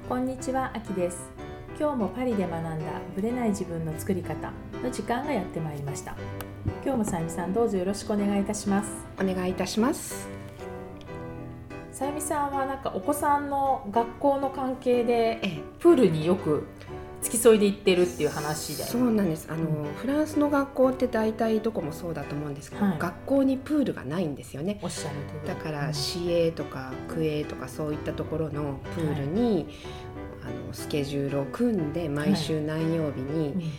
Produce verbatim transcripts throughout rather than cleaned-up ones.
こんにちは、あきです。今日もパリで学んだブレない自分の作り方の時間がやってまいりました。今日もさゆみさん、どうぞよろしくお願いいたします。 お願いいたします。 さゆみさんはなんかお子さんの学校の関係でプールによく付き添いで行ってるっていう話で。 そうなんです。あの、うん、フランスの学校って大体どこもそうだと思うんですけど、はい、学校にプールがないんですよね。 おっしゃる通り。 だから市営とか区営とかそういったところのプールに、はい、あのスケジュールを組んで毎週何曜日に、はい、えー、っ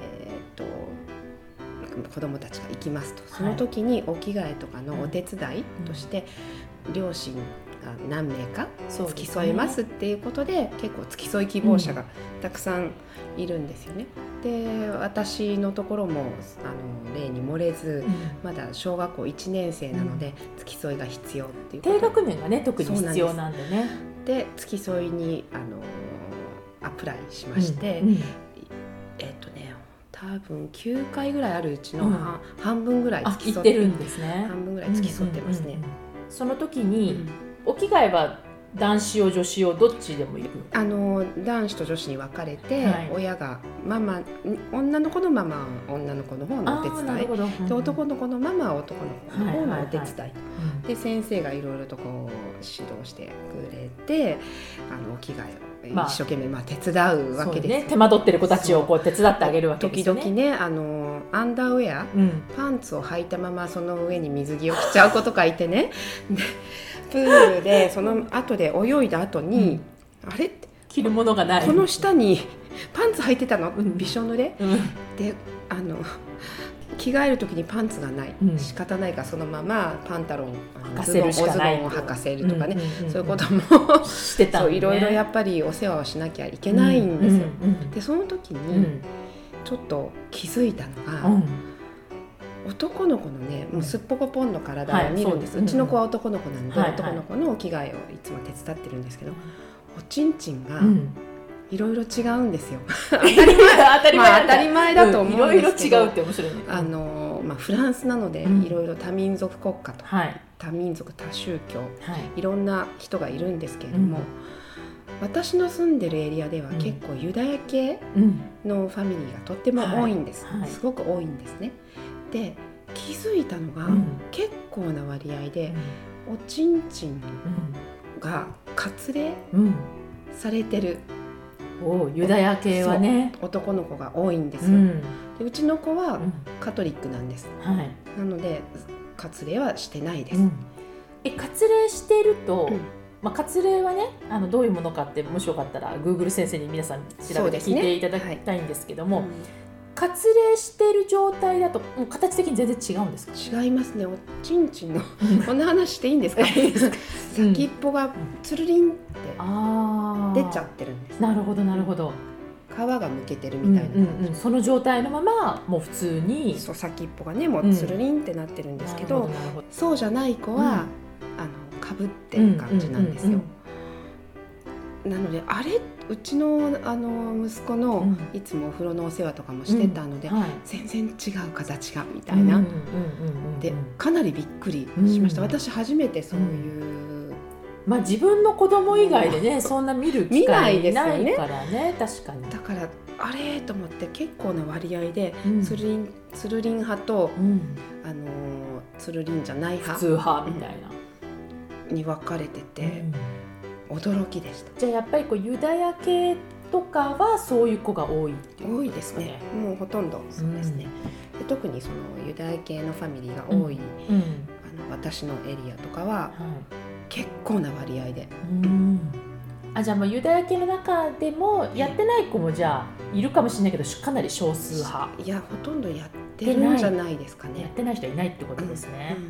と子どもたちが行きますと、その時にお着替えとかのお手伝いとして、うん、両親何名か付き添いますっていうことで、結構付き添い希望者がたくさんいるんですよね。で、私のところもあの例に漏れず、うん、まだ小学校いちねん生なので、うん、付き添いが必要っていうこと。 低学年がね特に必要なんでね。 で、付き添いにあのアプライしまして、うんうん、えっとね多分きゅうかいぐらいあるうちの、うん、半分ぐらい付き添ってるんですね。半分ぐらい付き添ってますね。うんうんうんうん、 その時に、うん、お着替えは男子用女子用どっちでもいいの？ あの男子と女子に分かれて、はい、親がママ女の子のママは女の子の方のお手伝い、うん、で男の子のママは男の子の方のお手伝い、はいはいはい、で先生がいろいろとこう指導してくれて、あのお着替えを一生懸命まあ手伝うわけです、 ね、手間取ってる子たちをこう手伝ってあげるわけですよね。 時々ね、あのアンダーウェア、うん、パンツを履いたままその上に水着を着ちゃう子とかいてねプールでその後で泳いだ後に、うん、あれって着るものがない、 この下にパンツ履いてたの、うん、びしょ濡れ、うん、であの着替える時にパンツがない、うん、仕方ないからそのままパンタロン履かせるしかない、 おズボンを履かせるとかね、うんうんうん、そういうこともしてたんで、ね、そういろいろやっぱりお世話をしなきゃいけないんですよ、うんうんうん、でその時にちょっと気づいたのが、うん、男の子のね、もうすっぽこぽんの体を見るんです、はい、う, うちの子は男の子なんで、はいはい、男の子のお着替えをいつも手伝ってるんですけど、おちんちんがいろいろ違うんですよ。当たり前、当たり前、まあ、当たり前だと思うんですけど、 いろいろ違うって面白いね。 あの、まあ、フランスなのでいろいろ多民族国家と、はい、多民族多宗教、はい、いろんな人がいるんですけれども、うん、私の住んでるエリアでは結構ユダヤ系のファミリーがとっても多いんです、はいはい、すごく多いんですね。で、気づいたのが、うん、結構な割合で、うん、おちんちんが割礼されてる、 おユダヤ系はね男の子が多いんですよ、うん、でうちの子はカトリックなんです、うんはい、なので割礼はしてないです、うん、 え割礼してると、うんまあ、割礼はねあのどういうものかってもしよかったら Google 先生に皆さん調べて聞いていただきたいんですけども、ねはいうん割礼している状態だともう形的に全然違うんですか？ 違いますね。おちんちんのこんな話していいんですか？先っぽがつるりんって出ちゃってるんです、 うん、なるほどなるほど。 皮がむけてるみたいな感じ、うんうんうん、 その状態のままもう普通にそう先っぽがねもうつるりんってなってるんですけど、うん、そうじゃない子は、うん、あのかぶってる感じなんですよ、うんうんうんうん、なのであれうち の, あの息子の、うん、いつもお風呂のお世話とかもしてたので、うんはい、全然違う形がみたいな、うんうんうんうん、でかなりびっくりしました、うん、私初めてそういう、うんまあ、自分の子供以外でね、うん、そんな見る機会ないからね、確かに。 だからあれと思って結構な割合で、うん、つるりんつるりん派と、うん、あのつるりんじゃない派普通派みたいな、 うん、に分かれてて、驚きでした。 じゃあやっぱりこうユダヤ系とかはそういう子が多いっていう、 多いですね。もうほとんどそうですね、うん、で特にそのユダヤ系のファミリーが多い、うんうん、あの私のエリアとかは、はい、結構な割合で、 うん、あじゃあもうユダヤ系の中でもやってない子もじゃあいるかもしれないけどかなり少数派。 いやほとんどやってるんじゃないですかね。 やってない人はいないってことですね、うんうん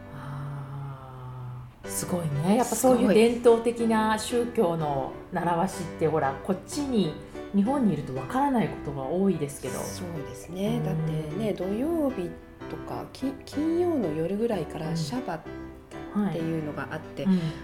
すごいね。やっぱそういう伝統的な宗教の習わしってほらこっちに日本にいるとわからないことが多いですけど。 そうですね、だってね土曜日とか金曜の夜ぐらいからシャバっていうのがあって、うんはい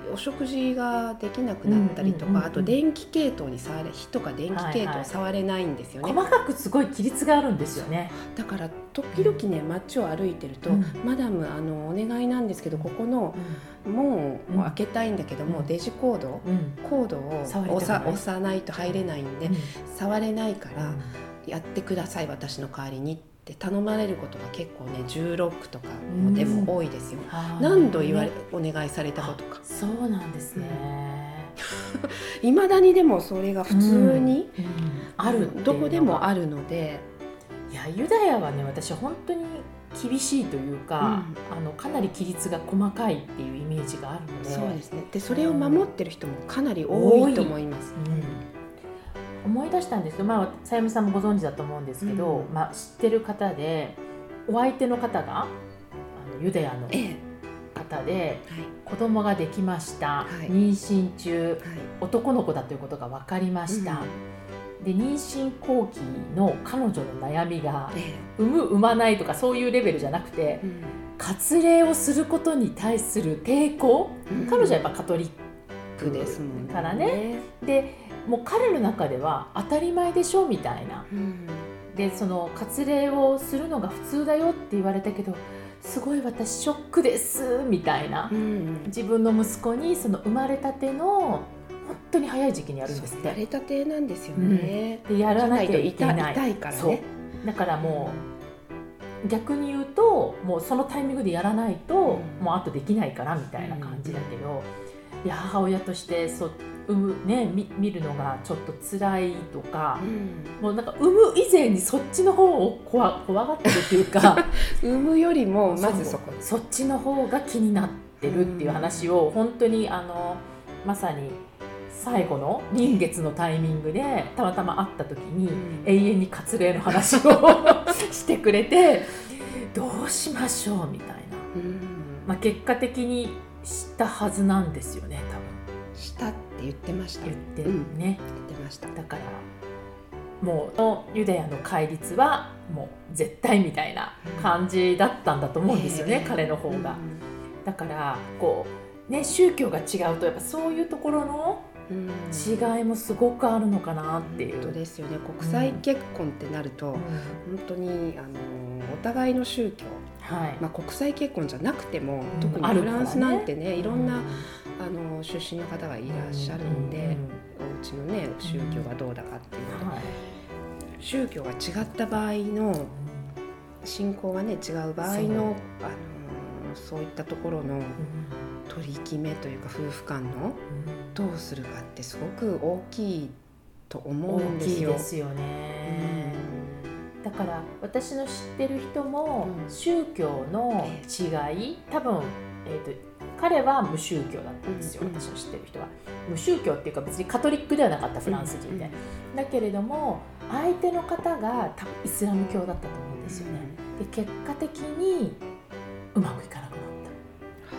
お食事ができなくなったりとか、うんうんうんうん、あと電気系統に触れ火とか電気系統触れないんですよね、 はいはい、細かくすごい規律があるんですよね。 だから時々ね街を歩いてると、うん、マダムあのお願いなんですけどここの門を開けたいんだけども、うん、デジコード、うん、コードを押さ、押さないと入れないんで、うん、触れないからやってください私の代わりにって頼まれることが結構ねじゅうろくとかもでも多いですよ、うん、何度言われ、ね、お願いされたことか。 そうなんですね。 いまだにでもそれが普通に、 うんうん、あるどこでもあるので、 いやユダヤはね私本当に厳しいというか、うん、あのかなり規律が細かいっていうイメージがあるので。 そうですね。でそれを守ってる人もかなり多いと思います、 うん、思い出したんですけど、まあ、さゆみさんもご存知だと思うんですけど、うんまあ、知ってる方でお相手の方があのユダヤの方で、ええはい、子供ができました、はい、妊娠中、はい、男の子だということが分かりました、うん、で妊娠後期の彼女の悩みが、ええ、産む産まないとかそういうレベルじゃなくて、うん、割礼をすることに対する抵抗、うん、彼女はやっぱカトリックですもんねからね。でもう彼の中では当たり前でしょみたいな、うん、でその割礼をするのが普通だよって言われたけどすごい私ショックですみたいな、うん、自分の息子にその生まれたての本当に早い時期にやるんですって。 生まれたてなんですよね、 うん、でやらなきゃいけない。 痛いからね。 だからもう逆に言うともうそのタイミングでやらないと、うん、もうあとできないからみたいな感じだけど、うん、いや母親としてそう産む、ね、見, 見るのがちょっと辛いとか、うん、もうなんか産む以前にそっちの方を怖, 怖がってるっていうか産むよりもまずそこそ, そっちの方が気になってるっていう話を、うん、本当にあのまさに最後の臨月のタイミングでたまたま会った時に、うん、永遠に割礼の話をしてくれてどうしましょうみたいな、うんまあ、結果的にしたはずなんですよね多分。 したって言ってました。 言ってるね、うん、言ってました。 だからもうユダヤの戒律はもう絶対みたいな感じだったんだと思うんですよね、うん、彼の方が、うん、だからこうね宗教が違うとやっぱそういうところの違いもすごくあるのかなっていう、 うん、本当ですよね。国際結婚ってなると、うん、本当にあのお互いの宗教、はいまあ、国際結婚じゃなくても、うん、特にフランスなんて ね, ねいろんな、うんあの出身の方がいらっしゃるんで、うん、お家のね宗教がどうだかっていうので、うんはい、宗教が違った場合の信仰がね違う場合の、あのそういったところの取り決めというか夫婦間のどうするかってすごく大きいと思うんですよ。 大きいですよね、うん、だから私の知ってる人も宗教の違い、多分、えーと彼は無宗教だったんですよ、うんうん、私の知ってる人は無宗教っていうか別にカトリックではなかったフランス人で、うんうん、だけれども相手の方が多分イスラム教だったと思うんですよね、うん、で結果的にうまくいかなくなった、うん、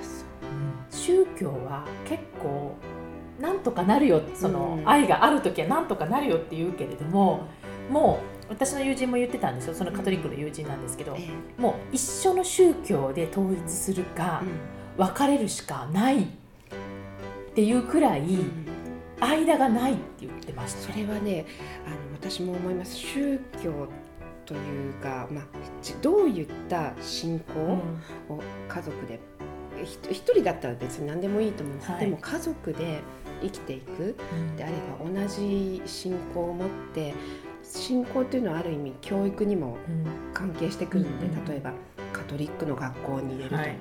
宗教は結構なんとかなるよその、うん、愛がある時はなんとかなるよって言うけれども、うん、もう私の友人も言ってたんですよ。そのカトリックの友人なんですけど、うん、もう一緒の宗教で統一するか、うん別れるしかないっていうくらい間がないって言ってました、 ね、それはねあの私も思います。宗教というか、まあ、どういった信仰を家族で、うん、一人だったら別に何でもいいと思うんです、はい、でも家族で生きていくであれば同じ信仰を持って信仰というのはある意味教育にも関係してくるので、うん、例えばカトリックの学校に入れるとか、はい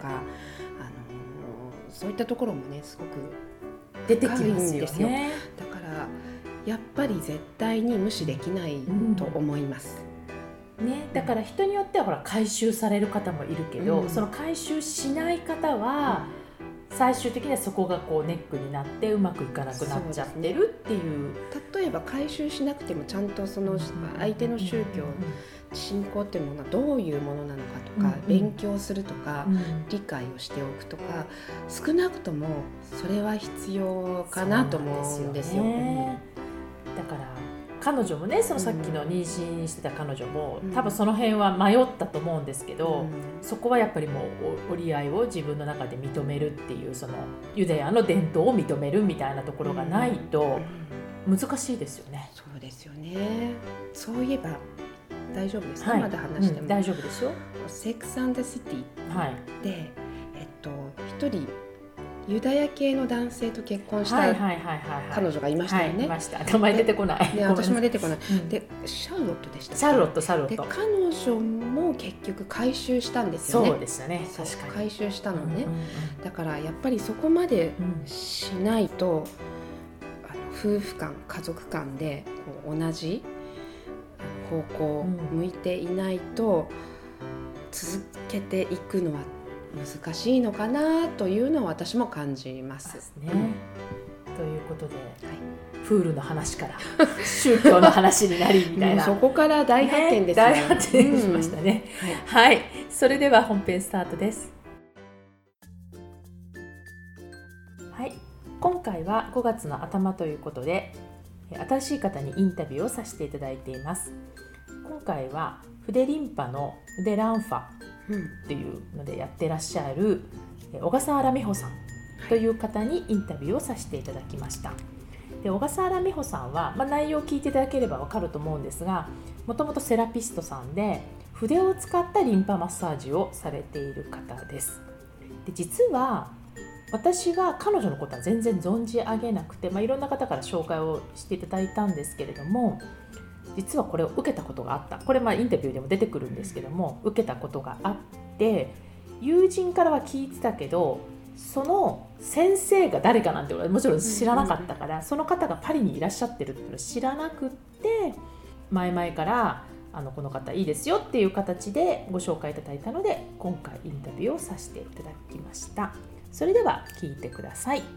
そういったところもねすごく出てきますよね。 だからやっぱり絶対に無視できないと思います、 うんね、だから人によってはほら回収される方もいるけど、うん、その回収しない方は、うん、最終的にはそこがこうネックになってうまくいかなくなっちゃってるっていう。 例えば回収しなくてもちゃんとその相手の宗教、うん信仰っていうものはどういうものなのかとか、うんうん、勉強するとか、うん、理解をしておくとか少なくともそれは必要かなと思うんですよ。 ね、だから彼女もねそのさっきの妊娠してた彼女も、うん、多分その辺は迷ったと思うんですけど、うん、そこはやっぱりもう折り合いを自分の中で認めるっていうそのユダヤの伝統を認めるみたいなところがないと難しいですよね、 うん、そうですよね。そういえば大丈夫ですか、はい、まだ話しても、 うん、大丈夫ですよ。 セックス&ザ・シティ、 はい、 で、えっと、一人ユダヤ系の男性と結婚した彼女がいましたよね。 いました。名前出てこない。 で私も出てこない。うん、でシャルロットでした。 シャルロット、シャルロット。 で彼女も結局回収したんですよね。 そうでしたね。確かに回収したのね、うんうんうん。だからやっぱりそこまでしないと、うん、あの夫婦間家族間でこう同じ方向を向いていないと続けていくのは難しいのかなというのは私も感じます。 ですね、うん、ということで、はい、プールの話から宗教の話になりみたいなそこから大発見ですね。 大発見しましたね、うんはい、はい、それでは本編スタートです。はい、今回はごがつの頭ということで新しい方にインタビューをさせていただいています。今回は筆リンパの筆ランファっていうのでやってらっしゃる小笠原美穂さんという方にインタビューをさせていただきました。で小笠原美穂さんは、まあ、内容を聞いていただければ分かると思うんですが、もともとセラピストさんで筆を使ったリンパマッサージをされている方です。で実は私は彼女のことは全然存じ上げなくて、まあ、いろんな方から紹介をしていただいたんですけれども、実はこれを受けたことがあった。これまあインタビューでも出てくるんですけども、受けたことがあって、友人からは聞いてたけどその先生が誰かなんてもちろん知らなかったから、その方がパリにいらっしゃってるっていうのを知らなくって、前々からあのこの方いいですよっていう形でご紹介いただいたので、今回インタビューをさせていただきました。それでは聞いてください。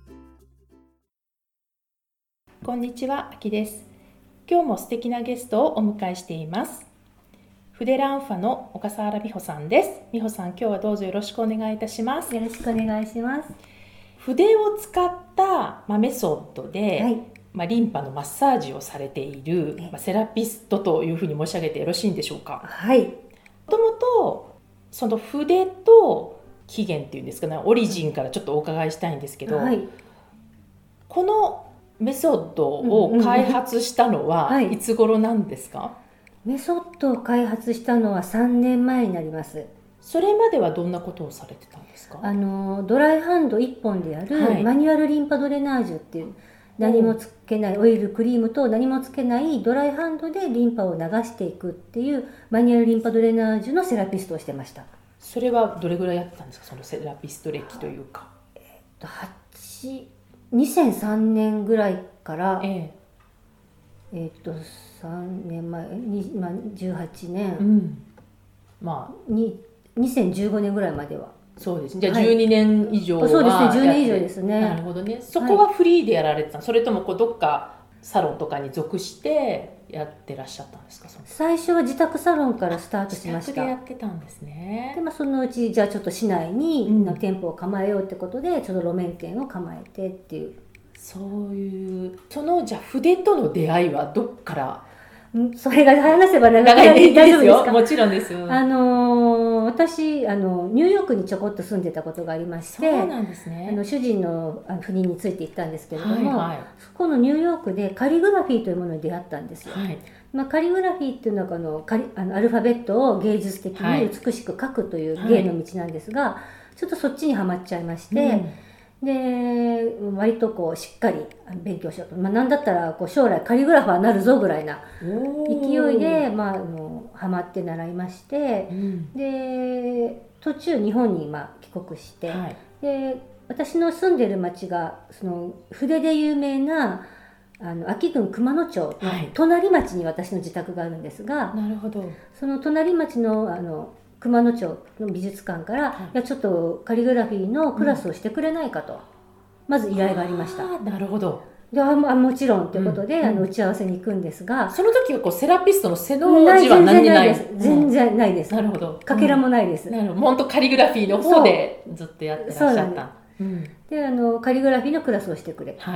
こんにちは、あきです。今日も素敵なゲストをお迎えしています。筆ランファの小笠原美穂さんです。美穂さん、今日はどうぞよろしくお願いいたします。 よろしくお願いします。 筆を使った、まあ、メソッドで、 はいまあ、リンパのマッサージをされている、まあ、セラピストというふうに申し上げてよろしいんでしょうか。 はい。もともとその筆と起源っていうんですかね、オリジンからちょっとお伺いしたいんですけど、はい、このメソッドを開発したのはいつ頃なんですか？はい、 メソッドを開発したのはさんねんまえになります。 それまではどんなことをされてたんですか？ あのドライハンドいっぽんでやる、はい、マニュアルリンパドレナージュっていう何もつけないオイルクリームと何もつけないドライハンドでリンパを流していくっていうマニュアルリンパドレナージュのセラピストをしてました。 それはどれぐらいやったんですか、そのセラピスト歴というか。 えー、とにせんさんねんぐらいから、えーえー、とさんねんまえに、まあ、じゅうはちねん、うん、まあににせんじゅうごねんぐらいまでは。 そうですね。じゃあじゅうにねん以上は、 はい、そうですね、じゅうねん以上ですね。 なるほどね。そこはフリーでやられてたの、はい、それともこうどっかサロンとかに属してやってらっしゃったんですか？その最初は自宅サロンからスタートしました。 自宅でやってたんですね。 で、まあ、そのうちじゃあちょっと市内に、うん、店舗を構えようってことでちょっと路面店を構えてっていう、 そういうそのじゃあ筆との出会いはどっから？ それが話せば長いで大丈夫ですか？ もちろんですよ。 あのー、私あのニューヨークにちょこっと住んでたことがありまして、 そうなんですね。 あの主人の不妊について行ったんですけれども、 はいはい、 そこのニューヨークでカリグラフィーというものに出会ったんですよ。はい、まあ、カリグラフィーっていうのはこのカリあのアルファベットを芸術的に美しく書くという芸の道なんですが、はい、ちょっとそっちにはまっちゃいまして、うんで割とこうしっかり勉強しようと、まあ、なんだったらこう将来カリグラファーになるぞぐらいな勢いで、まあ、あのハマって習いまして、うん、で途中日本にまあ帰国して、はい、で私の住んでる町がその筆で有名なあの安芸郡熊野町の隣町に私の自宅があるんですが、 はい、なるほど。 その隣町のあの熊野町の美術館から、はい、いやちょっとカリグラフィーのクラスをしてくれないかと、うん、まず依頼がありました。 あ、なるほど。 で、あ、もちろんということで、うん、あの打ち合わせに行くんですが、 その時はこうセラピストの背の字は何にないです。 全然ないです。 なるほど。 かけらもないです。 うん、なるほど。本当カリグラフィーの方でずっとやってらっしゃった。 うん、で、あのカリグラフィーのクラスをしてくれ。 はい。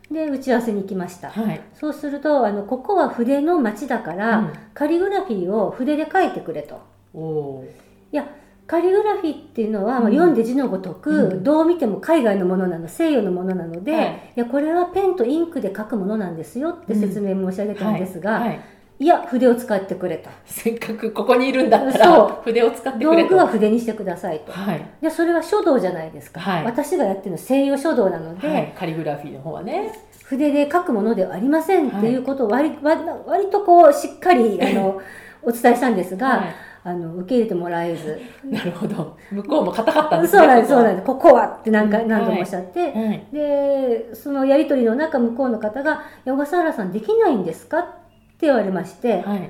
で打ち合わせに行きました、 はい、 そうするとあのここは筆の街だから、うん、カリグラフィーを筆で書いてくれと。 おいやカリグラフィーっていうのは、うん、読んで字のごとく、うん、どう見ても海外のものなの西洋のものなので、はい、いやこれはペンとインクで書くものなんですよって説明申し上げたんですが、うんはいはい、いや筆を使ってくれと。 せっかくここにいるんだったら筆を使ってくれと。 道具は筆にしてくださいと、 はい、 でそれは書道じゃないですか、はい、私がやってるの西洋書道なので、はい、 カリグラフィーの方はね筆で書くものではありませんっていうことを割、はい、割, 割とこうしっかりあのお伝えしたんですが、はい、あの受け入れてもらえずなるほど向こうも硬かったんですね。 そうなんですそうなんですここはって何か、うん、何度もおっしゃって、はいはい、でそのやり取りの中向こうの方が「小笠原さんできないんですか?」って言われまして、はい、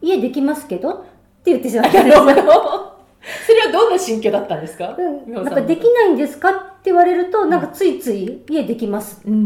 いえできますけどって言ってしまったんですよ。 それはどんな心境だったんですか？ うん、なんかできないんですかって言われると、なんかついつい、うん、いえできますって、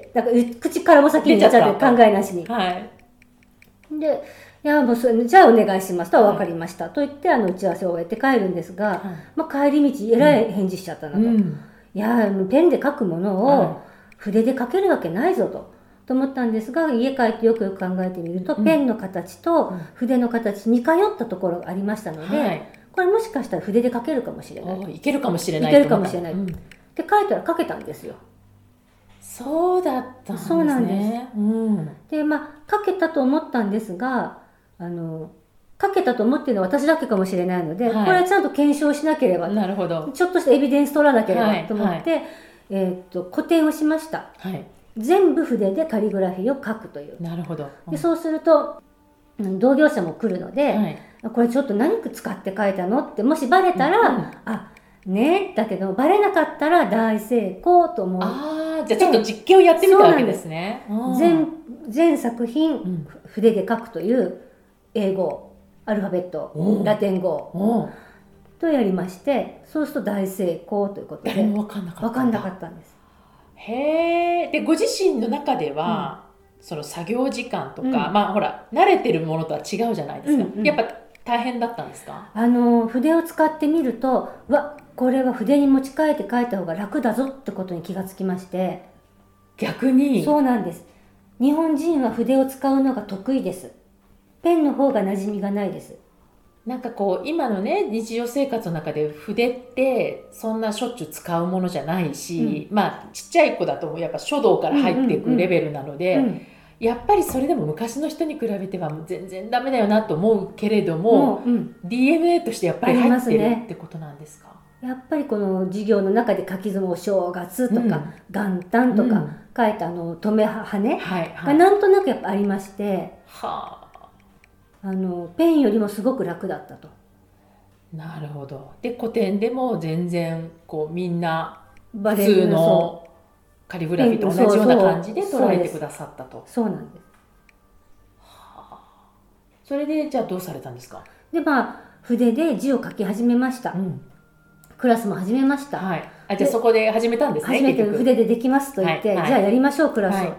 うん、なんか口からも先に言っちゃって考えなしに。はい、で、いやもうそれじゃあお願いしますとは分かりました、はい、と言ってあの打ち合わせを終えて帰るんですが、はい、まあ、帰り道えらい返事しちゃったなと、うん、いやペンで書くものを筆で書けるわけないぞと。と思ったんですが家帰ってよくよく考えてみると、うん、ペンの形と筆の形似通ったところがありましたので、はい、これもしかしたら筆で書けるかもしれない。 いけるかもしれない。 いけるかもしれない。うん、で書いたら書けたんですよ。 そうだったんですね。 そうなんです。うん、でまあ書けたと思ったんですが、あの書けたと思っているのは私だけかもしれないので、はい、これはちゃんと検証しなければ。 なるほど。 ちょっとしたエビデンス取らなければと思って、はいはい、えー、っと個展をしました。はい、全部筆でカリグラフィーを書くという。 なるほど。 うん、でそうすると同業者も来るので。はい、これちょっと何使って書いたのってもしバレたら、うんうん、あねだけどバレなかったら大成功と思う。 ああじゃあちょっと実験をやってみたわけですね。 全全作品、うん、筆で書くという英語アルファベットラテン語とやりまして、そうすると大成功ということで誰も分かんなかった。 分かんなかったんです。 へえ。でご自身の中では、うん、その作業時間とか、うん、まあほら慣れてるものとは違うじゃないですか、うんうん、やっぱ大変だったんですか？ あの筆を使ってみると、わこれは筆に持ち替えて書いた方が楽だぞってことに気がつきまして。 逆に？ そうなんです。日本人は筆を使うのが得意です。ペンの方が馴染みがないです。 なんかこう今のね日常生活の中で筆ってそんなしょっちゅう使うものじゃないし、うん、まあちっちゃい子だとやっぱ書道から入っていくレベルなので、うんうんうん、やっぱりそれでも昔の人に比べては全然ダメだよなと思うけれども、うん、ディーエヌエー としてやっぱり入ってるってことなんですか？ やっぱりこの授業の中で書き相撲正月とか、元旦とか書いたあの留め羽がなんとなくやっぱありまして、はあ、あのペンよりもすごく楽だったと。 なるほど。で古典でも全然こうみんな普通のカリグラフィーと同じような感じで捉えてくださったと。 そうなんです。 はあ、それでじゃあどうされたんですか？ でまあ筆で字を書き始めました。うん、クラスも始めました。 はい、あじゃあそこで始めたんですね。 初めて筆でできますと言って、はいはい、じゃあやりましょうクラスを。はい、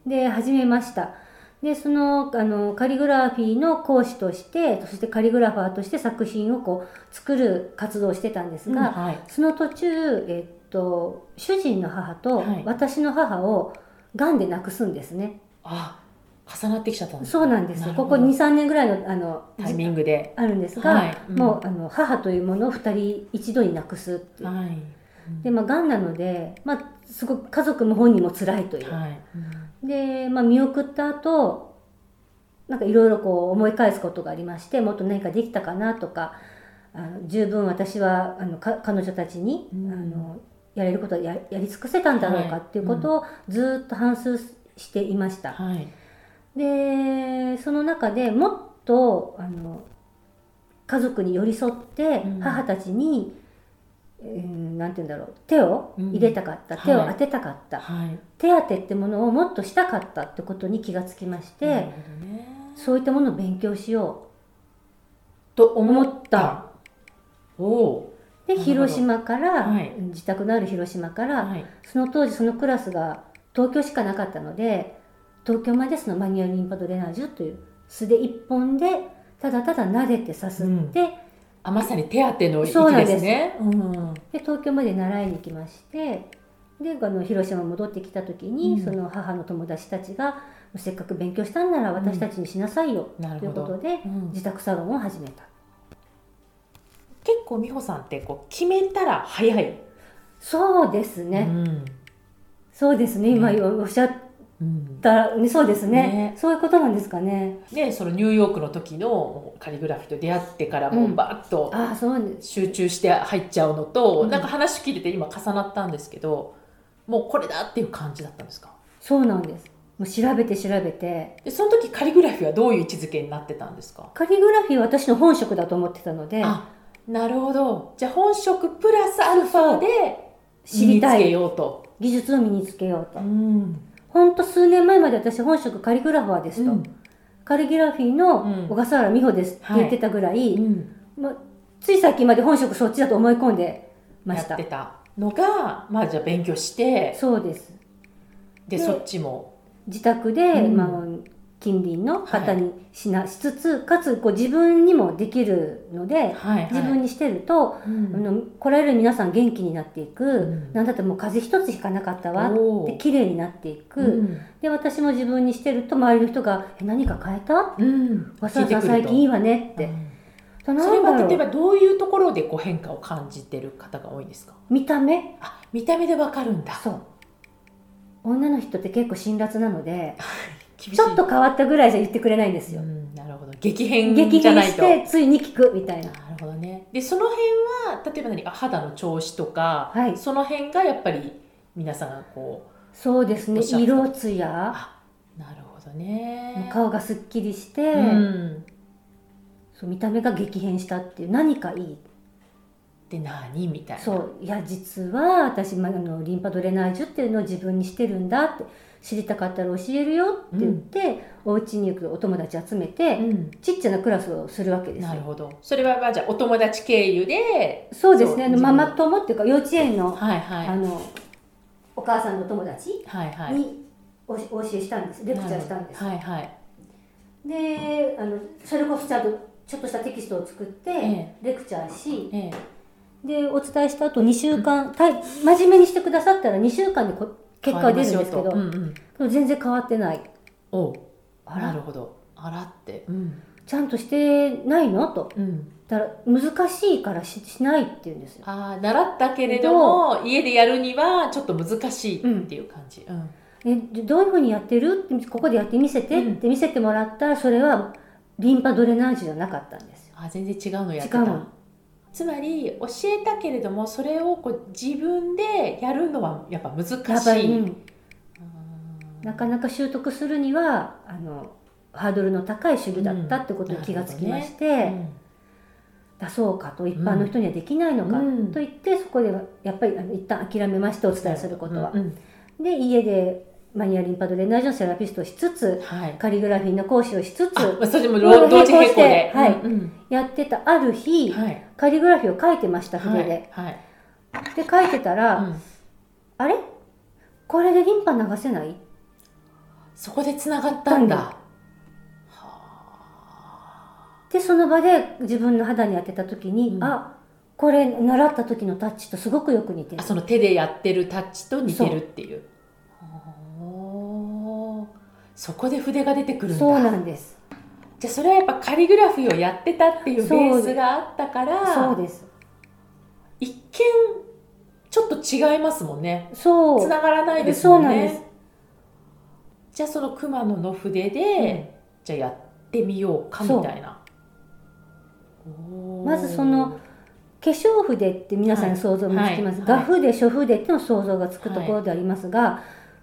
で始めました。でそのあのカリグラフィーの講師としてそしてカリグラファーとして作品をこう作る活動をしてたんですが、うんはい、その途中、えっと、主人の母と私の母をがんで亡くすんですね。 あ重なってきちゃったんですか？そうなんですよ。ここ にさんねんぐらいの、あのタイミングであるんですが、はいうん、もうあの母というものをふたり一度に亡くすっていう、はいうん、でまあがんなので、まあ、すごく家族も本人も辛いという、はいうん、で、まあ、見送った後なんかいろいろこう思い返すことがありまして、もっと何かできたかなとか、あの十分私はあのか彼女たちに、うん、あのやれることを や, やり尽くせたんだろうかっていうことをずっと反芻していました。はいうんでその中でもっとあの家族に寄り添って母たちに、うんえー、なんて言うんだろう手を入れたかった、うん、手を当てたかった、はい、手当てってものをもっとしたかったってことに気がつきまして、ね、そういったものを勉強しようと思った。おで広島から、はい、自宅のある広島から、はい、その当時そのクラスが東京しかなかったので東京までそのマニュアルリンパドレナージュという素手一本でただただ撫でてさすって、うん、 あまさに手当ての域ですね。 そうなんです、うん、で東京まで習いに行きましてであの広島戻ってきた時に、うん、その母の友達たちがせっかく勉強したんなら私たちにしなさいよ、うん、ということで、うん、自宅サロンを始めた。 結構美穂さんってこう決めたら早い。 そうですね、うん、そうですね、今おっしゃったら、ね、そうですね、ね、そういうことなんですかね。 でそのニューヨークの時のカリグラフィーと出会ってからもうバッと集中して入っちゃうのと、うん、なんか話聞いてて今重なったんですけど、もうこれだっていう感じだったんですか？ そうなんです。もう調べて調べて、 でその時カリグラフィーはどういう位置づけになってたんですか？ カリグラフィーは私の本職だと思ってたので。 あ、なるほど。じゃあ本職プラスアルファで身につけようと、 技術を身につけようと。うんほんと数年前まで私本職カリグラファーですと、うん、カリグラフィーの小笠原美穂ですって言ってたぐらい、はいうんま、つい最近まで本職そっちだと思い込んでました。 やってたのが、まあ、じゃあ勉強して、 そうです。 でそっちも自宅で、うんまあ、近隣の方にしな、はい、しつつかつこう自分にもできるので、はいはい、自分にしてると、うん、あの来られる皆さん元気になっていく、うん、なんだってもう風邪一つひかなかったわって綺麗になっていく、うん、で私も自分にしてると周りの人が「え何か変えた？うん、わさわさ最近いいわね」って、 うん、それは例えばどういうところでこう変化を感じてる方が多いんですか？ 見た目。 あ、見た目でわかるんだ。 そう、女の人って結構辛辣なのでちょっと変わったぐらいじゃ言ってくれないんですよ。うん、 なるほど。激変じゃないと。激変してついに聞くみたいな。 なるほどね。でその辺は例えば何、肌の調子とか、はい、その辺がやっぱり皆さんがこう。 そうですね。色つや。 あ、なるほどね。 顔がすっきりして、うん、そう見た目が激変したっていう、何かいい。 で何みたいな。 そう、いや実は私、ま、あのリンパドレナージュっていうのを自分にしてるんだって。知りたかったら教えるよって言って、うん、お家に行くお友達集めて、うん、ちっちゃなクラスをするわけですよ。 なるほど。それはまあじゃあお友達経由で。 そうですね。あのママ友っていうか幼稚園の、はいはい、あのお母さんのお友達にお教えしたんです。レクチャーしたんです。はいはい、であのそれこそちゃんとちょっとしたテキストを作って、ええ、レクチャーし、ええ、でお伝えした後にしゅうかん、うん、真面目にしてくださったらにしゅうかんでこ結果が出るんですけど、うんうん、全然変わってない。 おう、あら、なるほど。あらって、うん、 ちゃんとしてないのと、うん、だから難しいから し, しないって言うんですよ。 ああ、習ったけれども家でやるにはちょっと難しいっていう感じ、うんうん、えどういうふうにやってるってここでやって見せてって見せてもらったら、それはリンパドレナージュじゃなかったんですよ。 あ、全然違うのやってた。違うの。つまり教えたけれどもそれをこう自分でやるのはやっぱ難しい。やっぱり、うん、 なかなか習得するにはあのハードルの高い主義だったってことに気がつきまして、うんねうん、出そうかと、一般の人にはできないのかと言って、うん、そこではやっぱりあの一旦諦めまして、お伝えすることは、うんうん、で家でマニュアルリンパドレナージュのセラピストをしつつ、はい、カリグラフィーの講師をしつつ、 あ、それも同時並行で、 はい、うんうん、やってたある日、はい、カリグラフィーを書いてました、筆で、はいはい、で書いてたら、うん、あれこれでリンパ流せない？ そこでつながったんだ。はあ、でその場で自分の肌に当てた時に、うん、あ、これ習った時のタッチとすごくよく似てる。 あ、その手でやってるタッチと似てるっていう。そこで筆が出てくるんだ。 そうなんです。 じゃあそれはやっぱカリグラフィーをやってたっていうベースがあったから、 そうです。 一見ちょっと違いますもんね。 そう。 つながらないですもんね。 そうなんです。 じゃあその熊野の筆で、うん、じゃあやってみようかみたいな。 まずその化粧筆って皆さん想像もつきます。はいはい、画筆、書筆っての想像がつくところでありますが、はい、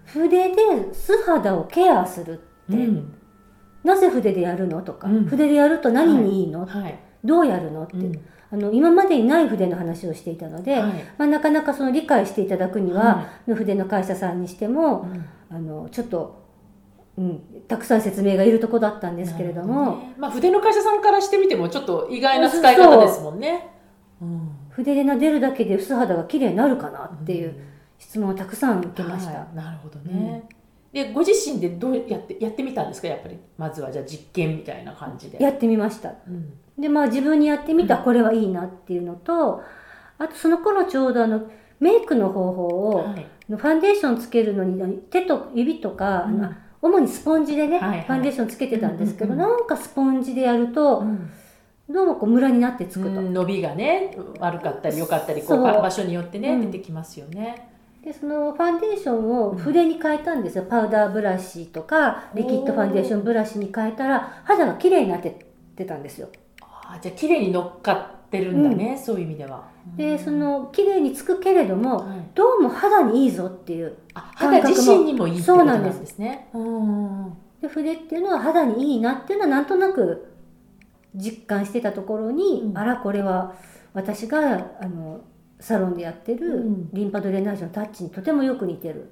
筆で素肌をケアするって、うん、なぜ筆でやるのとか、うん、筆でやると何にいいの、はい、どうやるのって、うん、あの今までにない筆の話をしていたので、はい、まあ、なかなかその理解していただくには、はい、の筆の会社さんにしても、うん、あのちょっと、うん、たくさん説明がいるところだったんですけれども、 ね、まあ、筆の会社さんからしてみてもちょっと意外な使い方ですもんね。 うん、筆で撫でるだけで素肌が綺麗になるかなっていう質問をたくさん受けました。 はい、なるほどね。うん、でご自身でどうやってやってみたんですか？やっぱりまずはじゃあ実験みたいな感じでやってみました。うん、でまあ自分にやってみた、これはいいなっていうのと、あとその頃ちょうどあのメイクの方法をファンデーションつけるのに手と指とか、うん、あの主にスポンジでね、はいはい、ファンデーションつけてたんですけど、うんうんうん、なんかスポンジでやると、うん、どうもこうムラになってつくと、 うん、伸びがね悪かったり良かったりこう場所によってね、うん、出てきますよね。 でそのファンデーションを筆に変えたんですよ、うん、パウダーブラシとかリキッドファンデーションブラシに変えたら肌が綺麗になってってたんですよ。 あ、じゃあ綺麗に乗っかってるんだね、うん、そういう意味では。 でその綺麗につくけれども、はい、どうも肌にいいぞっていう感覚も、肌自身にもいいってことなんですね。 そうなんです。で筆っていうのは肌にいいなっていうのはなんとなく実感してたところに、うん、あらこれは私があのサロンでやってるリンパドレナージのタッチにとてもよく似てる、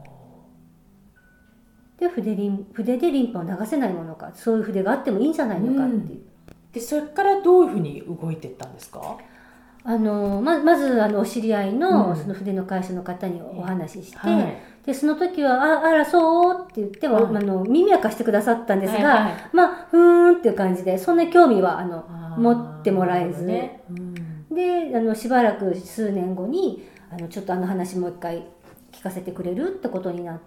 うん、で 筆, リン筆でリンパを流せないものか、そういう筆があってもいいんじゃないのかっていう、うん、 でそれからどういうふうに動いていったんですか？ あの ま, まずあのお知り合い の,、うん、その筆の会社の方にお話しして、はい、でその時は あ, あらそうって言っても、はい、あの耳は貸してくださったんですが、はいはい、まあふーんっていう感じでそんな興味はあの持ってもらえず、ね、うん、であのしばらく数年後にあのちょっとあの話もう一回聞かせてくれるってことになって、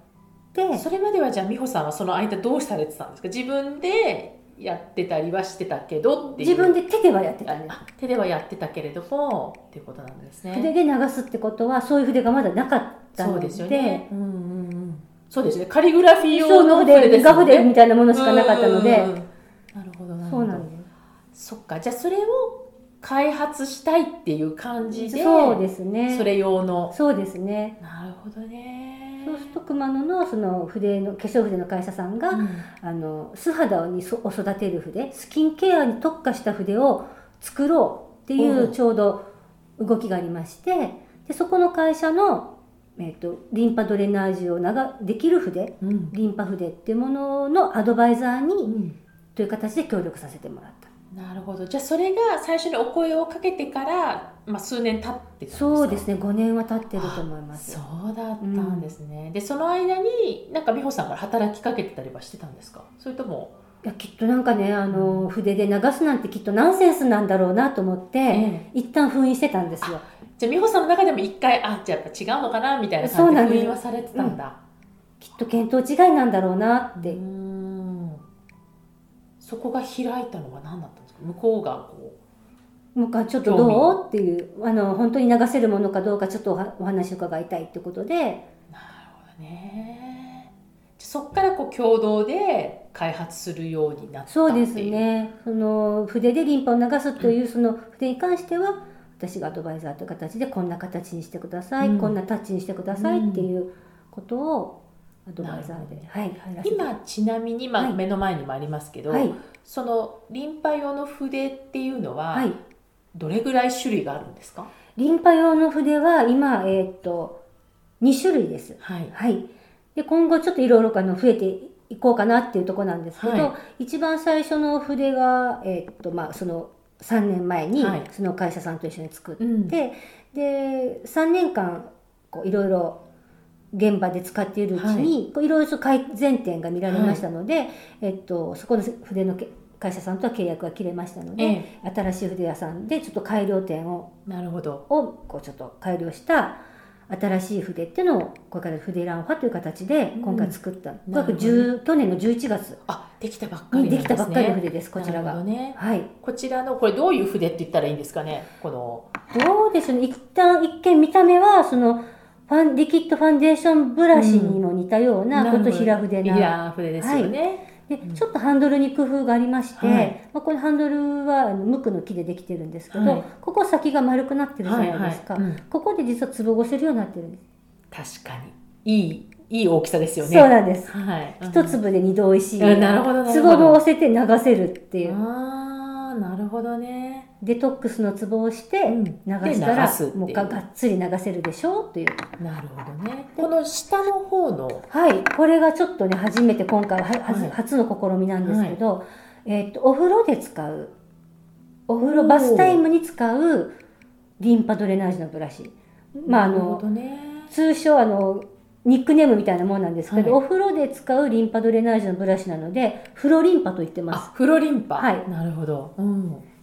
それまではじゃあ美穂さんはその間どうされてたんですか？自分でやってたりはしてたけどっていう。 自分で手ではやってたんです。 手ではやってたけれどもっていうことなんですね。 筆で流すってことはそういう筆がまだなかったので、 そうですよね。うんうんうん。そうですね。カリグラフィー用の筆ですね。画筆みたいなものしかなかったので。 なるほどなるほど。そうなんです。そっか。じゃあそれを開発したいっていう感じで。 そうですね。 それ用の。 そうですね。 なるほどね。 そうすると熊野のその筆の化粧筆の会社さんが、うん、あの素肌にお育てる筆、スキンケアに特化した筆を作ろうっていうちょうど動きがありまして、でそこの会社の、えーと、リンパドレナージを長できる筆、うん、リンパ筆っていうもののアドバイザーに、うん、という形で協力させてもらった。 なるほど。じゃあそれが最初にお声をかけてから、まあ、数年経ってたんですか？ そうですね、ごねんは経ってると思います。 そうだったんですね、うん、でその間になんか美穂さんから働きかけてたりはしてたんですか？それともいやきっとなんかねあの、うん、筆で流すなんてきっとナンセンスなんだろうなと思って、ええ、一旦封印してたんですよ。 じゃあ美穂さんの中でも一回あじゃあやっぱ違うのかなみたいな感じで封印はされてたんだ、うん、 きっと見当違いなんだろうなって。うーん、 そこが開いたのは何だったんですか？向こうがこうもうちょっとどうっていうあの本当に流せるものかどうかちょっとお話伺いたいってことで。 なるほどね。そこからこう共同で開発するようになったっていう。 そうですね。その筆でリンパを流すというその筆に関しては、うん、私がアドバイザーという形でこんな形にしてください、うん、こんなタッチにしてくださいっていうことをアドバイザーで、はい、 今ちなみに、まあはい、目の前にもありますけど、はい、そのリンパ用の筆っていうのは、はい、どれぐらい種類があるんですか？ リンパ用の筆は今、えー、っとに種類です。はい。はい、で今後ちょっといろいろ増えていこうかなっていうところなんですけど、はい、一番最初の筆が、えーっとまあ、そのさんねんまえにその会社さんと一緒に作って、はい、でさんねんかんこういろいろ現場で使っているうちに、はい、いろいろ改善点が見られましたので、はい、えっと、そこの筆の会社さんとは契約が切れましたので、ええ、新しい筆屋さんでちょっと改良点をなるほどをこうちょっと改良した新しい筆っていうのをこれから筆ランファという形で今回作った、うん、これ去年のじゅういちがつあできたばっかりなんですね。 できたばっかりの筆です。こちらが、 ね、はい、こちらのこれどういう筆って言ったらいいんですかね。このどうでしょうね。一旦一見見た目はそのファンリキッドファンデーションブラシにも似たような、うん、こと平筆な平筆ですよね、 はい、でちょっとハンドルに工夫がありまして、はい、まあ、これハンドルは無垢の木でできてるんですけど、はい、ここ先が丸くなってるじゃないですか、はいはい、うん、ここで実はつぼ押せるようになってるんです。 確かにいいいい大きさですよね。 そうなんです、 はい、 一粒で二度おいしい、 うん、なるほどなるほど、 つぼも押せて流せるっていう。 あなるほどね。 デトックスのツボをして流したら、うん、もうがっつり流せるでしょうという。 なるほどね。この下の方のはいこれがちょっとね初めて今回は、はい、初の試みなんですけど、はい、えー、っとお風呂で使うお風呂バスタイムに使うリンパドレナージのブラシ、まああの、ね、通称あのニックネームみたいなもんなんですけど、はい、お風呂で使うリンパドレナージのブラシなのでフロリンパと言ってます。 あフロリンパ、 はい、 なるほど、うん、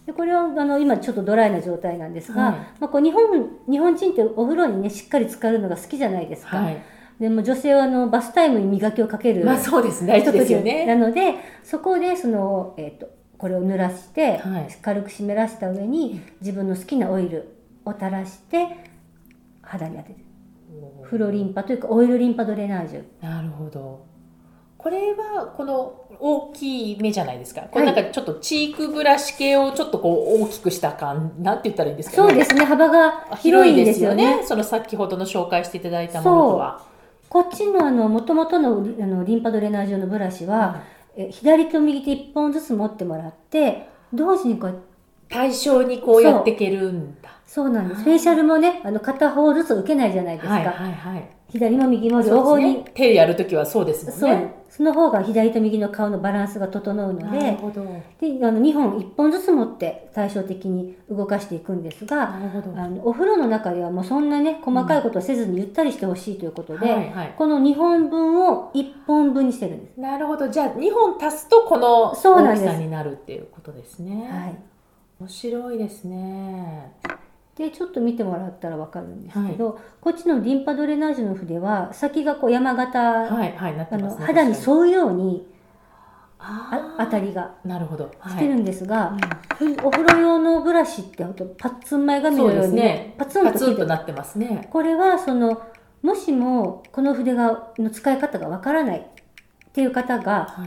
でこれはあの今ちょっとドライな状態なんですが、 はい、 まあ、こう日本日本人ってお風呂にねしっかり浸かるのが好きじゃないですか、はい、でも女性はあのバスタイムに磨きをかける、 まあそうですね、大事ですよね。 なのでそこでその、えーと、これを濡らして、はい、軽く湿らした上に自分の好きなオイルを垂らして肌に当てて、フロリンパというかオイルリンパドレナージュ。 なるほど。これはこの大きい目じゃないですか。これなんかちょっとチークブラシ系をちょっとこう大きくした感、なんて言ったらいいんですかね。 そうですね、幅が広いんですよね。 広いですよね。その先ほどの紹介していただいたものとは。 こっちのあの元々のあのリンパドレナージュのブラシは、うん、え左と右手いっぽんずつ持ってもらって同時にこう対称にこうやっていけるんだ。 そうなんです。フェイシャルもね、あの片方ずつ受けないじゃないですか。はいはいはい、左も右も両方に、 ね、手やるときはそうですもんね。 そう、その方が左と右の顔のバランスが整うので、なるほど。で、あのにほんいっぽんずつ持って対照的に動かしていくんですが、なるほど。あのお風呂の中ではもうそんなね細かいことをせずにゆったりしてほしいということで、うんはいはい、このにほんぶんをいっぽんぶんにしてるんです。 なるほど。じゃあにほん足すとこの大きさになるっていうことですね。はい。面白いですね。 でちょっと見てもらったら分かるんですけど、はい、こっちのリンパドレナージュの筆は先がこう山形、はいはいね、あの肌に沿うようにああたりがしてるんですが、はい、お風呂用のブラシって本当パッツン前髪のように、ね、パツンとパツンとなってますね。 これはそのもしもこの筆がの使い方が分からないっていう方が、はい、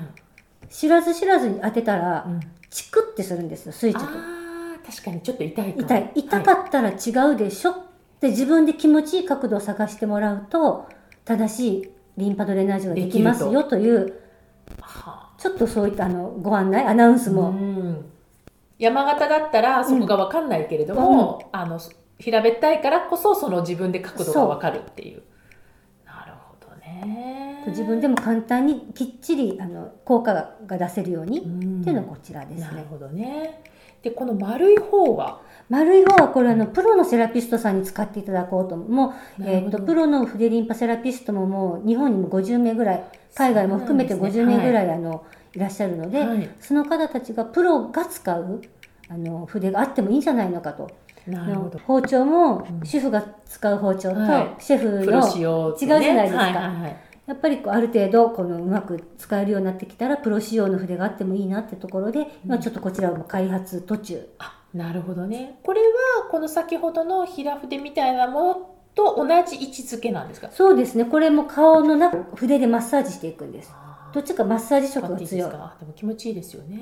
知らず知らずに当てたら、うん、チクってするんですよ、垂直。 確かにちょっと痛いかも。 痛い。痛かったら違うでしょ、はい、って自分で気持ちいい角度を探してもらうと正しいリンパドレナージュができますよという、ちょっとそういったあのご案内アナウンスも。 うん山形だったらそこが分かんないけれども、うん、あの平べったいからこそその自分で角度が分かるっていう。なるほどね。 自分でも簡単にきっちりあの効果が出せるようにっていうのがこちらですね。 なるほどね。でこの丸い方は丸い方はこれあのプロのセラピストさんに使っていただこうともう、えー、とプロの筆リンパセラピストももう日本にもごじゅうめいぐらい海外も含めてごじゅうめいぐらい、ねはい、あのいらっしゃるので、はい、その方たちがプロが使うあの筆があってもいいんじゃないのかと。なるほど。包丁も主婦が使う包丁とシェフの違うじゃないですか。はいはいはい、やっぱりこうある程度このうまく使えるようになってきたらプロ仕様の筆があってもいいなってところで、今ちょっとこちらも開発途中。 あ、なるほどね。これはこの先ほどの平筆みたいなものと同じ位置づけなんですか？ そうですね。これも顔の中筆でマッサージしていくんです。どっちかマッサージ色が強い。いいですか？ でも気持ちいいですよね。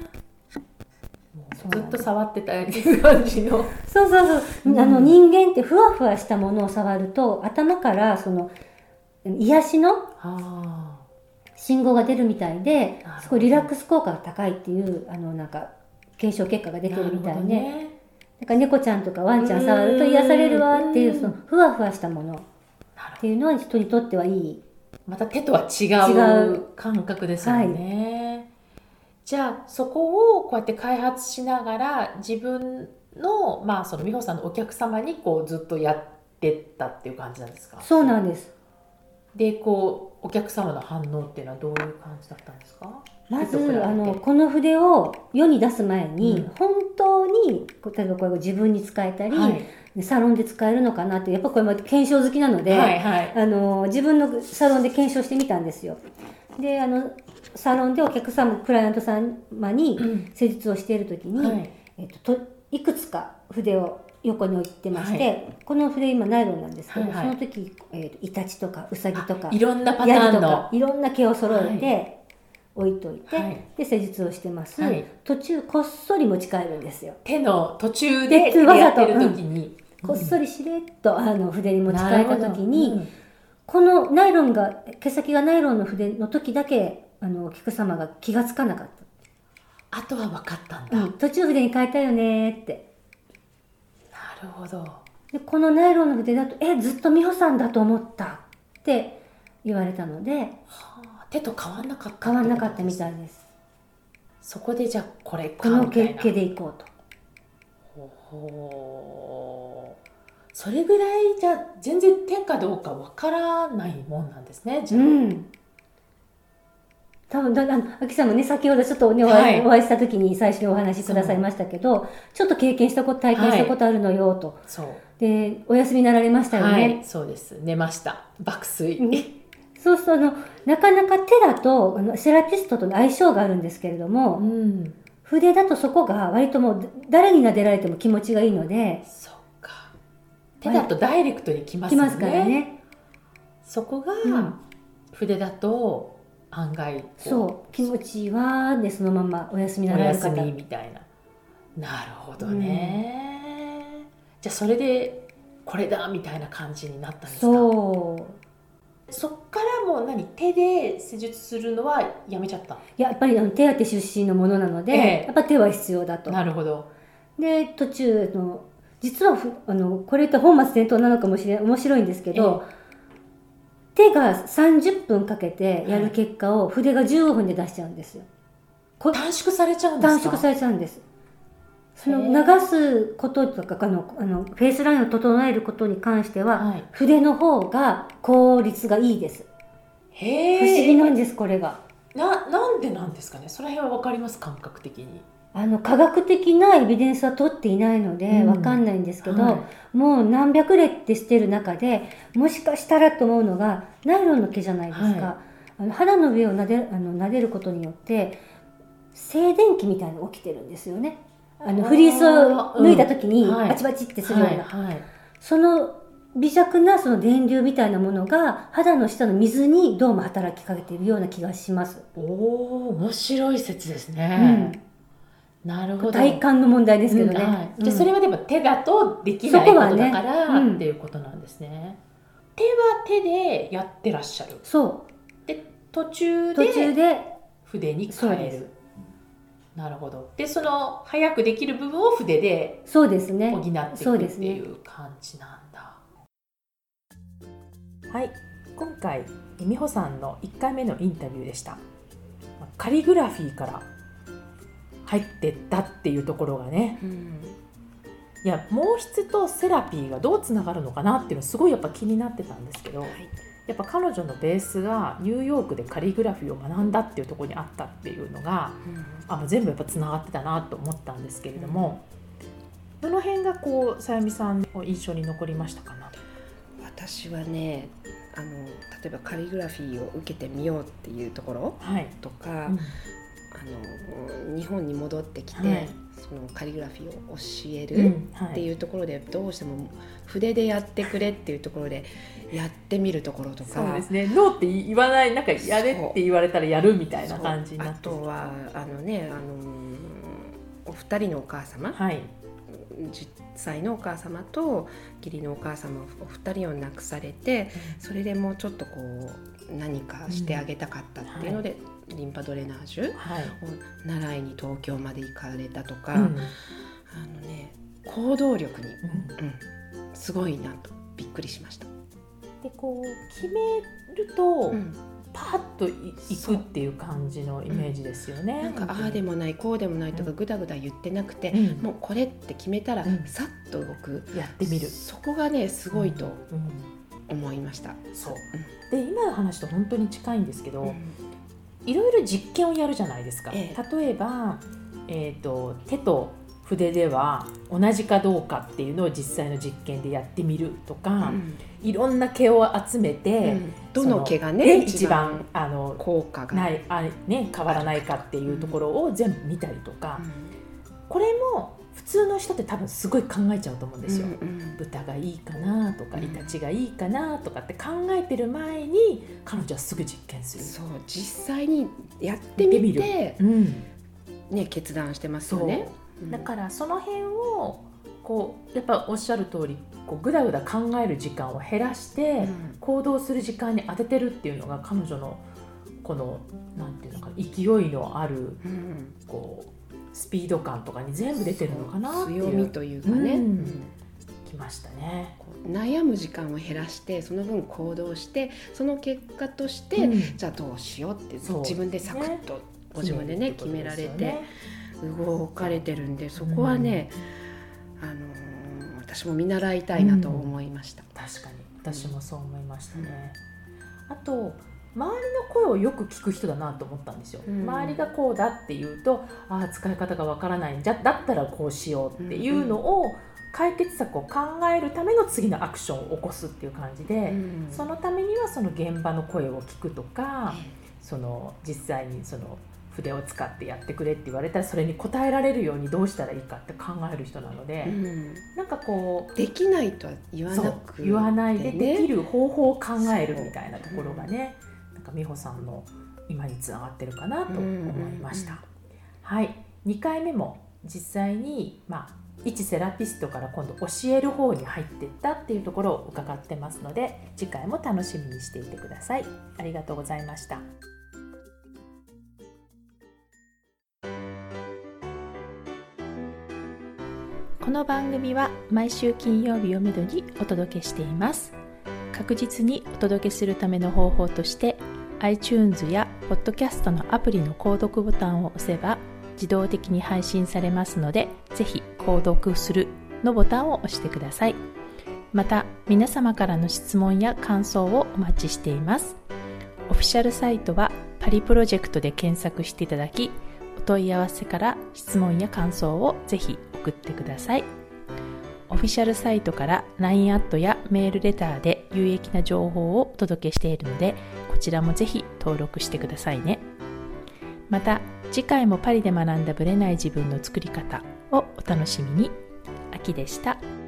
ずっと触ってたいう感じの。 そうそうそう。うん、あの人間ってふわふわしたものを触ると頭からその癒しの信号が出るみたいで、すごいリラックス効果が高いっていうあのなんか検証結果が出てるみたいで、ね、なんか猫ちゃんとかワンちゃん触ると癒されるわっていう、そのふわふわしたものっていうのは人にとってはいい。 また手とは違う感覚ですよね。はい、じゃあそこをこうやって開発しながら自分のまあその美穂さんのお客様にこうずっとやってったっていう感じなんですか？ そうなんです。 でこうお客様の反応っていうのはどういう感じだったんですか？ まずあのこの筆を世に出す前に、うん、本当に例えばこれを自分に使えたり、はい、サロンで使えるのかなってやっぱこれも検証好きなので、はいはい、あの自分のサロンで検証してみたんですよ。であのサロンでお客様クライアント様に施術をしている時に、うんはいえっと、といくつか筆を横に置いてまして、はい、この筆今ナイロンなんですけど、はいはい、その時、えー、イタチとかウサギとかいろんなパターンのいろんな毛を揃えて置いといて、はい、で施術をしてます、はい、途中こっそり持ち帰るんですよ。 手の途中でやってる時に、 うん、こっそりしれっとあの筆に持ち帰った時に、うん、このナイロンが毛先がナイロンの筆の時だけあのお客様が気がつかなかった。 あとは分かったんだ、 うん、途中筆に変えたよねって。 なるほど。 でこのナイロンの筆だとえずっと美穂さんだと思ったって言われたので、はあ、手と変わんなかった変わんなかったみたいです。 そこでじゃあこれこの毛でいこうと。 ほほそれぐらいじゃ全然手かどうかわからないもんなんですね。じゃあ、うん、 多分だあの秋さんもね先ほどちょっとね、はい、お会いした時に最初にお話しくださいましたけど、ちょっと経験したこと体験したことあるのよと、はい、 そうでお休みになられましたよね。 はい、そうです。寝ました。爆睡、うん、 そうするとあのなかなか手だとあのセラピストとの相性があるんですけれども、うん、筆だとそこが割ともう誰に撫でられても気持ちがいいので、 そうか、手だとダイレクトにきますよね。 きますからね。 そこが、うん、筆だと案外そう気持ちいいわーでそのままお休みになられる方、 お休みみたいな。なるほどね、うん、じゃあそれでこれだみたいな感じになったんですか。 そうそっからもう何手で施術するのはやめちゃった。 やっぱりあの手当出身のものなので、ええ、やっぱ手は必要だと。 なるほど。で途中の実はあのこれって本末転倒なのかもしれない面白いんですけど、ええ、手がさんじゅっぷんかけてやる結果を筆がじゅうごふんで出しちゃうんですよ。 短縮されちゃうんですか。 短縮されちゃうんです。その流すこととかあのあのフェイスラインを整えることに関しては、はい、筆の方が効率がいいです。へー、不思議なんですこれが。 な, なんでなんですかね。その辺は分かります感覚的に。 あの科学的なエビデンスは取っていないので分かんないんですけど、うんはい、もう何百例ってしてる中でもしかしたらと思うのがナイロンの毛じゃないですか、はい、あの肌の上をなで、あの撫でることによって静電気みたいなのが起きてるんですよね。あのフリースを脱いだ時にバチバチってするような、うんはいはい、その微弱なその電流みたいなものが肌の下の水にどうも働きかけているような気がします。 おー、面白い説ですね、うん、なるほど。 体感の問題ですけどね、うんはい、 じゃあそれはでも手だとできないことだから、ねうん、っていうことなんですね。手は手でやってらっしゃる。 そうで途中で途中で筆に変える。なるほど。でその早くできる部分を筆で補っていくっていう感じなんだ。はい、今回美穂さんのいっかいめのインタビューでした。カリグラフィーから入ってったっていうところがね、うん、いや毛筆とセラピーがどうつながるのかなっていうのすごいやっぱ気になってたんですけど、はい、やっぱ彼女のベースがニューヨークでカリグラフィーを学んだっていうところにあったっていうのが、うん、あもう全部やっぱつながってたなと思ったんですけれども、うん、どの辺がこうさやみさんの印象に残りましたかな。 私はねあの例えばカリグラフィーを受けてみようっていうところとか、はいうん、あの日本に戻ってきて、はい、そのカリグラフィーを教えるっていうところで、どうしても筆でやってくれっていうところでやってみるところとか。 そうですね、ノーって言わない、なんかやれって言われたらやるみたいな感じになって。 あとはあのねあのお二人のお母様、はいじゅっさいのお母様と義理のお母様お二人を亡くされて、うん、それでもうちょっとこう何かしてあげたかったっていうので、うんはい、リンパドレナージュを習いに東京まで行かれたとか、うん、あのね行動力に、うんうん、すごいなとびっくりしました。 でこう決めると、うんパッといくっていう感じのイメージですよね。 なんかああでもないこうでもないとかぐだぐだ言ってなくて、うん、もうこれって決めたらさっと動く、 うん、やってみる。 そこがねすごいと思いました。 うんうん、そう。で今の話と本当に近いんですけど、うん、いろいろ実験をやるじゃないですか。ええ、例えば、えーと、手と筆では同じかどうかっていうのを実際の実験でやってみるとか、うん、いろんな毛を集めて、うん、 どの毛がね一番あの効果がないあ、ね、変わらないかっていうところを全部見たりとか、うん、これも普通の人って多分すごい考えちゃうと思うんですよ、うんうん、豚がいいかなとかイタチがいいかなとかって考えてる前に彼女はすぐ実験する。 そう実際にやってみて、うんね、決断してますよね。 だからその辺をこうやっぱおっしゃる通りこうぐだぐだ考える時間を減らして行動する時間に当ててるっていうのが彼女のこのなんていうのか勢いのあるこうスピード感とかに全部出てるのかなっていう強みというかね、うん、 きましたね。 悩む時間を減らしてその分行動してその結果として、うん、じゃあどうしようって自分でサクッとご自分でね決められて動かれてるんで、そこはね、うん、あのー、私も見習いたいなと思いました、 うん、確かに私もそう思いましたね、うん、あと周りの声をよく聞く人だなと思ったんですよ、うん、周りがこうだっていうと、ああ使い方がわからないんじゃ、だったらこうしようっていうのを、解決策を考えるための次のアクションを起こすっていう感じで、うん、そのためにはその現場の声を聞くとか、うん、その実際にその筆を使ってやってくれって言われたらそれに応えられるようにどうしたらいいかって考える人なので、うん、なんかこうできないとは言わなくて、ね、 言わないでできる方法を考えるみたいなところがね、うん、なんか美穂さんの今につながってるかなと思いました、うんうんうん、はい、にかいめも実際に、まあ一セラピストから今度教える方に入っていったっていうところを伺ってますので、次回も楽しみにしていてください。ありがとうございました。この番組は毎週金曜日をめどにお届けしています。確実にお届けするための方法として iTunes や Podcast のアプリの購読ボタンを押せば自動的に配信されますので、ぜひ購読するのボタンを押してください。また皆様からの質問や感想をお待ちしています。オフィシャルサイトはパリプロジェクトで検索していただき、お問い合わせから質問や感想をぜひ送ってください。オフィシャルサイトから ライン アットやメールレターで有益な情報をお届けしているので、こちらもぜひ登録してくださいね。また次回もパリで学んだブレない自分の作り方をお楽しみに。あきでした。